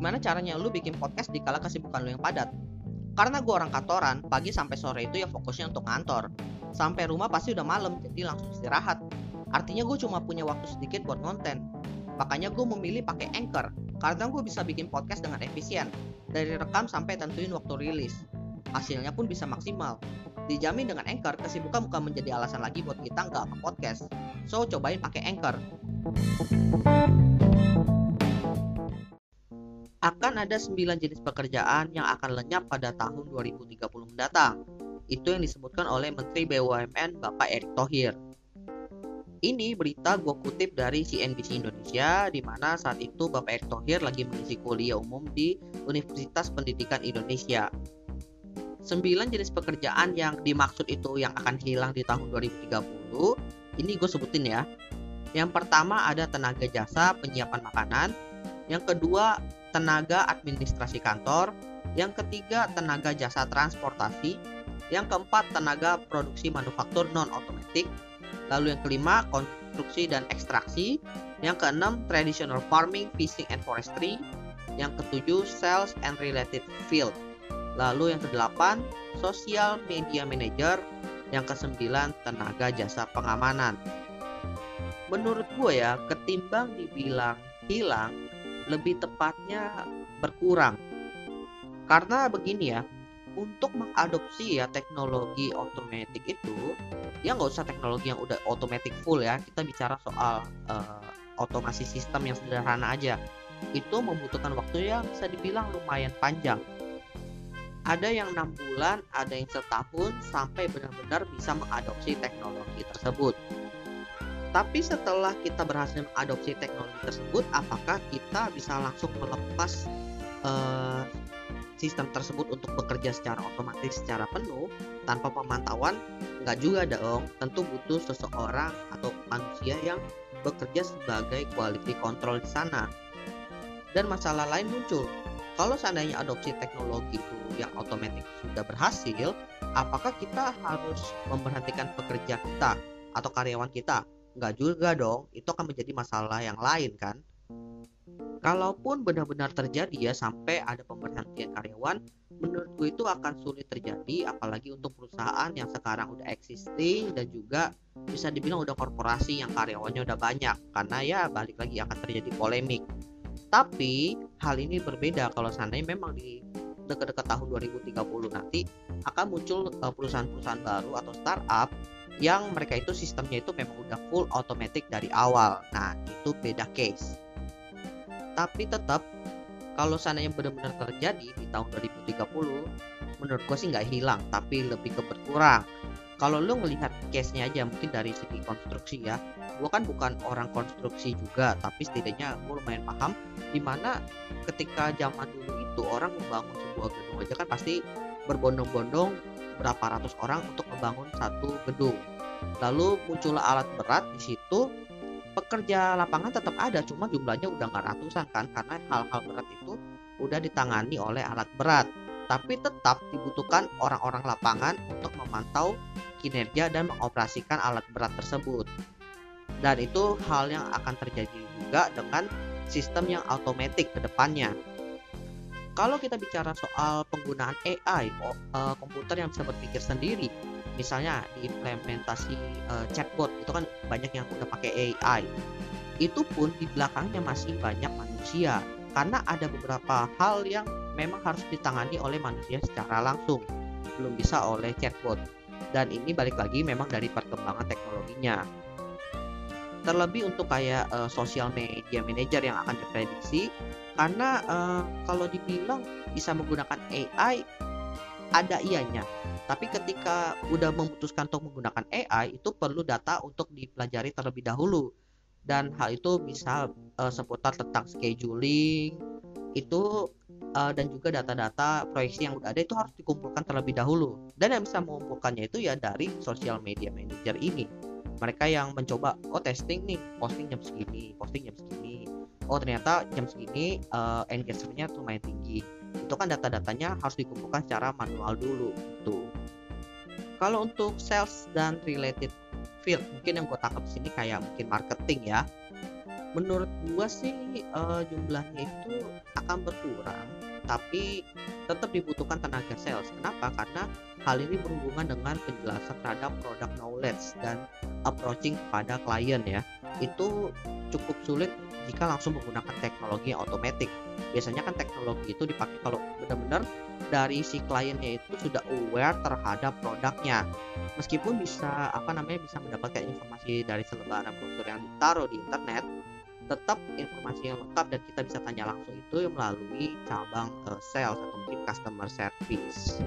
gimana caranya lu bikin podcast di kala kesibukan lu yang padat? Karena gue orang kantoran, pagi sampai sore itu ya fokusnya untuk kantor. Sampai rumah pasti udah malam, jadi langsung istirahat. Artinya gue cuma punya waktu sedikit buat konten. Makanya gue memilih pakai Anchor, karena gue bisa bikin podcast dengan efisien. Dari rekam sampai tentuin waktu rilis. Hasilnya pun bisa maksimal. Dijamin dengan Anchor, kesibukan bukan menjadi alasan lagi buat kita nggak nge-podcast. So, cobain pakai Anchor. Akan ada 9 jenis pekerjaan yang akan lenyap pada tahun 2030 mendatang. Itu yang disebutkan oleh Menteri BUMN Bapak Erick Thohir. Ini berita gue kutip dari CNBC Indonesia, di mana saat itu Bapak Erick Thohir lagi mengisi kuliah umum di Universitas Pendidikan Indonesia. 9 jenis pekerjaan yang dimaksud itu yang akan hilang di tahun 2030, ini gue sebutin ya. Yang pertama ada tenaga jasa penyiapan makanan. Yang kedua, tenaga administrasi kantor. Yang ketiga, tenaga jasa transportasi. Yang keempat, tenaga produksi manufaktur non-otomatik. Lalu yang kelima, konstruksi dan ekstraksi. Yang keenam, traditional farming, fishing and forestry. Yang ketujuh, sales and related field. Lalu yang kedelapan, social media manager. Yang kesembilan, tenaga jasa pengamanan. Menurut gue ya, ketimbang dibilang hilang, lebih tepatnya berkurang. Karena begini ya, untuk mengadopsi ya teknologi otomatis itu, ya nggak usah teknologi yang udah otomatis full ya, kita bicara soal otomasi sistem yang sederhana aja. Itu membutuhkan waktu yang bisa dibilang lumayan panjang. Ada yang 6 bulan, ada yang setahun, sampai benar-benar bisa mengadopsi teknologi tersebut. Tapi setelah kita berhasil mengadopsi teknologi tersebut, apakah kita bisa langsung melepas sistem tersebut untuk bekerja secara otomatis secara penuh tanpa pemantauan? Enggak juga dong. Tentu butuh seseorang atau manusia yang bekerja sebagai quality control di sana. Dan masalah lain muncul. Kalau seandainya adopsi teknologi itu yang otomatis sudah berhasil, apakah kita harus memberhentikan pekerja kita atau karyawan kita? Enggak juga dong, itu akan menjadi masalah yang lain kan. Kalaupun benar-benar terjadi ya sampai ada pemberhentian karyawan, menurutku itu akan sulit terjadi, apalagi untuk perusahaan yang sekarang udah existing dan juga bisa dibilang udah korporasi yang karyawannya udah banyak, karena ya balik lagi akan terjadi polemik. Tapi hal ini berbeda kalau seandainya memang di dekat-dekat tahun 2030 nanti akan muncul perusahaan-perusahaan baru atau startup yang mereka itu sistemnya itu memang udah full automatic dari awal. Nah, itu beda case. Tapi tetap kalau seandainya benar-benar terjadi di tahun 2030, menurut gue sih nggak hilang, tapi lebih ke berkurang. Kalau lu ngelihat case-nya aja mungkin dari segi konstruksi ya, gue kan bukan orang konstruksi juga, tapi setidaknya gue lumayan paham dimana ketika zaman dulu itu orang membangun sebuah gedung aja kan pasti berbondong-bondong berapa ratus orang untuk membangun satu gedung. Lalu muncullah alat berat di situ, pekerja lapangan tetap ada, cuma jumlahnya udah nggak ratusan kan, karena hal-hal berat itu udah ditangani oleh alat berat. Tapi tetap dibutuhkan orang-orang lapangan untuk memantau kinerja dan mengoperasikan alat berat tersebut. Dan itu hal yang akan terjadi juga dengan sistem yang otomatis ke depannya. Kalau kita bicara soal penggunaan AI, komputer yang bisa berpikir sendiri, misalnya diimplementasi chatbot, itu kan banyak yang udah pakai AI. Itu pun di belakangnya masih banyak manusia, karena ada beberapa hal yang memang harus ditangani oleh manusia secara langsung, belum bisa oleh chatbot. Dan ini balik lagi memang dari perkembangan teknologinya. Terlebih untuk kayak social media manager yang akan diprediksi, karena kalau dibilang bisa menggunakan AI, ada ianya. Tapi ketika udah memutuskan untuk menggunakan AI, itu perlu data untuk dipelajari terlebih dahulu. Dan hal itu bisa seputar tentang scheduling, itu dan juga data-data proyeksi yang udah ada itu harus dikumpulkan terlebih dahulu. Dan yang bisa mengumpulkannya itu ya dari social media manager ini. Mereka yang mencoba, testing nih, posting jam segini, ternyata jam segini engagementnya lumayan tinggi. Itu kan data-datanya harus dikumpulkan secara manual dulu gitu. Kalau untuk sales dan related field, mungkin yang gue tangkap di sini kayak mungkin marketing ya. Menurut gua sih jumlahnya itu akan berkurang, tapi tetap dibutuhkan tenaga sales. Kenapa? Karena hal ini berhubungan dengan penjelasan terhadap product knowledge dan approaching kepada klien ya. Itu cukup sulit jika langsung menggunakan teknologi yang otomatis. Biasanya kan teknologi itu dipakai kalau benar-benar dari si kliennya itu sudah aware terhadap produknya. Meskipun bisa mendapatkan informasi dari selebaran brosur yang ditaruh di internet, tetap informasi yang lengkap dan kita bisa tanya langsung itu melalui cabang sales atau mungkin customer service.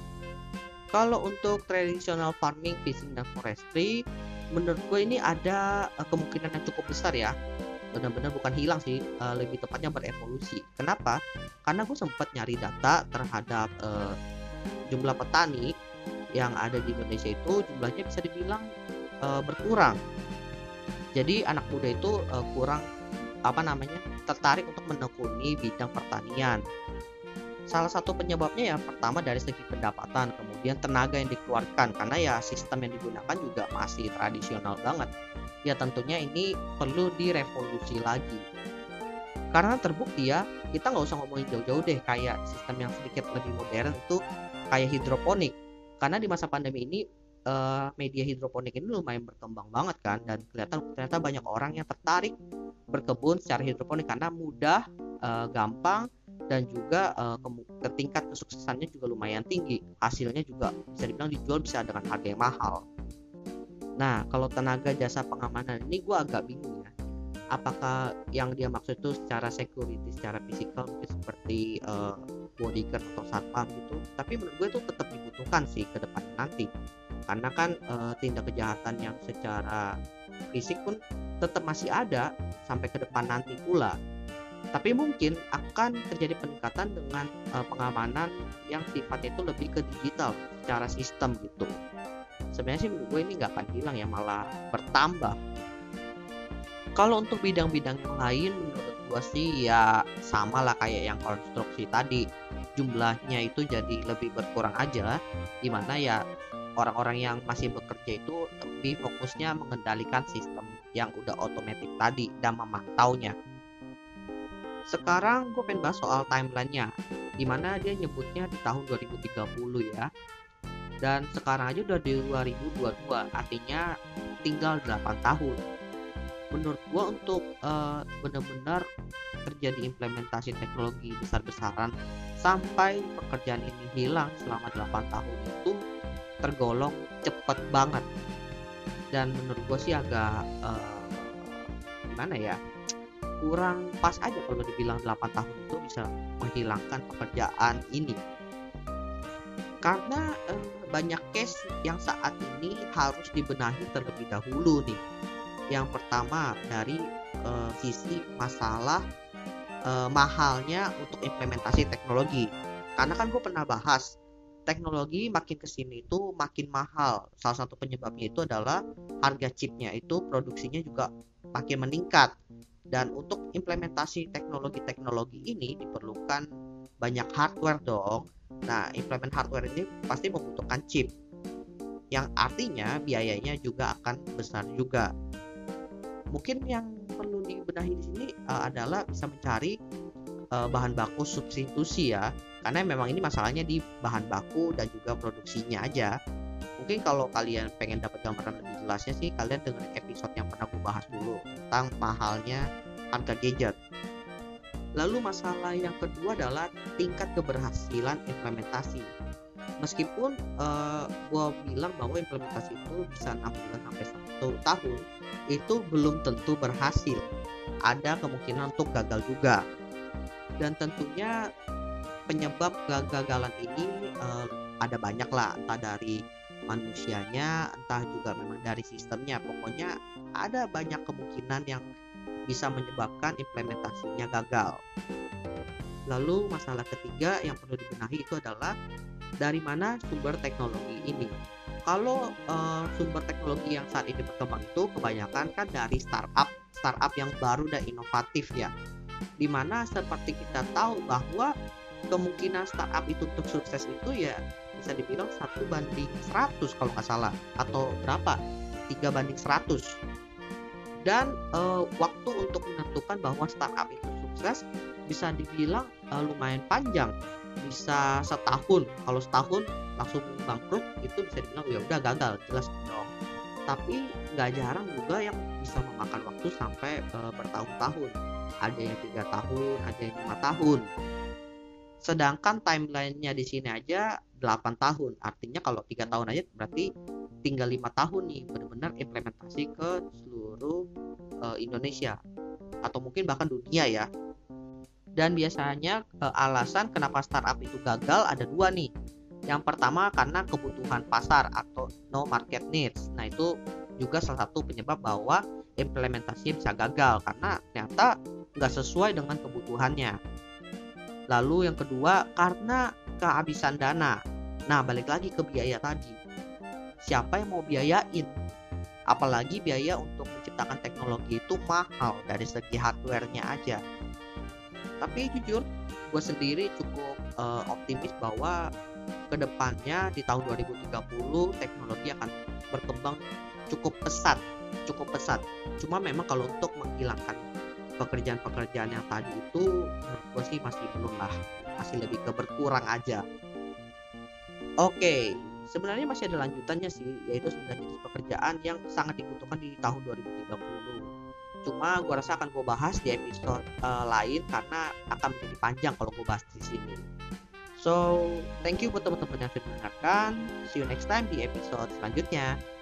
Kalau untuk traditional farming, fishing, dan forestry, menurut gue ini ada kemungkinan yang cukup besar ya. Benar-benar bukan hilang sih, lebih tepatnya berevolusi. Kenapa? Karena gue sempat nyari data terhadap jumlah petani yang ada di Indonesia itu jumlahnya bisa dibilang berkurang. Jadi anak muda itu kurang tertarik untuk menekuni bidang pertanian. Salah satu penyebabnya ya pertama dari segi pendapatan, kemudian tenaga yang dikeluarkan karena ya sistem yang digunakan juga masih tradisional banget. Ya tentunya ini perlu direvolusi lagi. Karena terbukti ya, kita nggak usah ngomongin jauh-jauh deh, kayak sistem yang sedikit lebih modern itu kayak hidroponik. Karena di masa pandemi ini media hidroponik ini lumayan berkembang banget kan, dan ternyata banyak orang yang tertarik berkebun secara hidroponik karena mudah, gampang, dan juga tingkat kesuksesannya juga lumayan tinggi. Hasilnya juga bisa dibilang dijual bisa dengan harga yang mahal. Nah, kalau tenaga jasa pengamanan ini gue agak bingung ya. Apakah yang dia maksud itu secara security, secara fisikal mungkin seperti bodyguard atau satpam gitu. Tapi menurut gue itu tetap dibutuhkan sih ke depan nanti. Karena kan tindak kejahatan yang secara fisik pun tetap masih ada sampai ke depan nanti pula. Tapi mungkin akan terjadi peningkatan dengan pengamanan yang sifatnya itu lebih ke digital secara sistem gitu. Sebenarnya sih menurut gue ini nggak akan hilang ya, malah bertambah. Kalau untuk bidang-bidang yang lain menurut gue sih ya sama lah kayak yang konstruksi tadi, jumlahnya itu jadi lebih berkurang aja, dimana ya orang-orang yang masih bekerja itu lebih fokusnya mengendalikan sistem yang udah otomatis tadi dan memantaunya. Sekarang gue pengen bahas soal timelinenya, dimana dia nyebutnya di tahun 2030 ya, dan sekarang aja udah di 2022, artinya tinggal 8 tahun. Menurut gue untuk benar-benar terjadi implementasi teknologi besar-besaran sampai pekerjaan ini hilang selama 8 tahun itu tergolong cepet banget. Dan menurut gue sih agak kurang pas aja kalau dibilang 8 tahun itu bisa menghilangkan pekerjaan ini. Karena banyak case yang saat ini harus dibenahi terlebih dahulu nih. Yang pertama dari sisi masalah mahalnya untuk implementasi teknologi. Karena kan gue pernah bahas teknologi makin kesini itu makin mahal. Salah satu penyebabnya itu adalah harga chipnya itu produksinya juga makin meningkat. Dan untuk implementasi teknologi-teknologi ini diperlukan banyak hardware dong. Nah, implement hardware ini pasti membutuhkan chip, yang artinya biayanya juga akan besar juga. Mungkin yang perlu dibenahi di sini adalah bisa mencari bahan baku substitusi ya, karena memang ini masalahnya di bahan baku dan juga produksinya aja. Mungkin kalau kalian pengen dapat gambaran lebih jelasnya sih, kalian dengerin episode yang pernah gue bahas dulu tentang mahalnya harga gadget. Lalu masalah yang kedua adalah tingkat keberhasilan implementasi. Meskipun gue bilang bahwa implementasi itu bisa 6 bulan sampai 1 tahun, itu belum tentu berhasil. Ada kemungkinan untuk gagal juga. Dan tentunya penyebab kegagalan ini ada banyak lah, entah dari manusianya, entah juga memang dari sistemnya. Pokoknya ada banyak kemungkinan yang bisa menyebabkan implementasinya gagal. Lalu masalah ketiga yang perlu dibenahi itu adalah dari mana sumber teknologi ini. Kalau sumber teknologi yang saat ini berkembang itu kebanyakan kan dari startup yang baru dan inovatif ya. Dimana seperti kita tahu bahwa kemungkinan startup itu untuk sukses itu ya bisa dibilang 1:100 kalau nggak salah, atau berapa 3:100. Dan waktu untuk menentukan bahwa startup itu sukses bisa dibilang lumayan panjang, bisa setahun. Kalau setahun langsung bangkrut itu bisa dibilang ya udah gagal, jelas dong. Tapi nggak jarang juga yang bisa memakan waktu sampai bertahun-tahun. Ada yang 3 tahun, ada yang 5 tahun. Sedangkan timelinenya di sini aja 8 tahun. Artinya kalau 3 tahun aja berarti tinggal 5 tahun nih benar-benar implementasi ke seluruh Indonesia atau mungkin bahkan dunia ya. Dan biasanya alasan kenapa startup itu gagal ada dua nih. Yang pertama karena kebutuhan pasar atau no market needs. Nah itu juga salah satu penyebab bahwa implementasinya bisa gagal karena ternyata nggak sesuai dengan kebutuhannya. Lalu yang kedua karena kehabisan dana. Nah balik lagi ke biaya tadi. Siapa yang mau biayain? Apalagi biaya untuk menciptakan teknologi itu mahal dari segi hardware-nya aja. Tapi jujur, gue sendiri cukup optimis bahwa kedepannya di tahun 2030 teknologi akan berkembang cukup pesat. Cuma memang kalau untuk menghilangkan pekerjaan-pekerjaan yang tadi itu menurut gue sih masih belum lah, masih lebih ke berkurang aja. Oke, sebenarnya masih ada lanjutannya sih, yaitu 9 jenis pekerjaan yang sangat dibutuhkan di tahun 2030. Cuma gue rasa akan gue bahas di episode lain karena akan menjadi panjang kalau gue bahas di sini. So, thank you buat teman-teman yang sudah mendengarkan. See you next time di episode selanjutnya.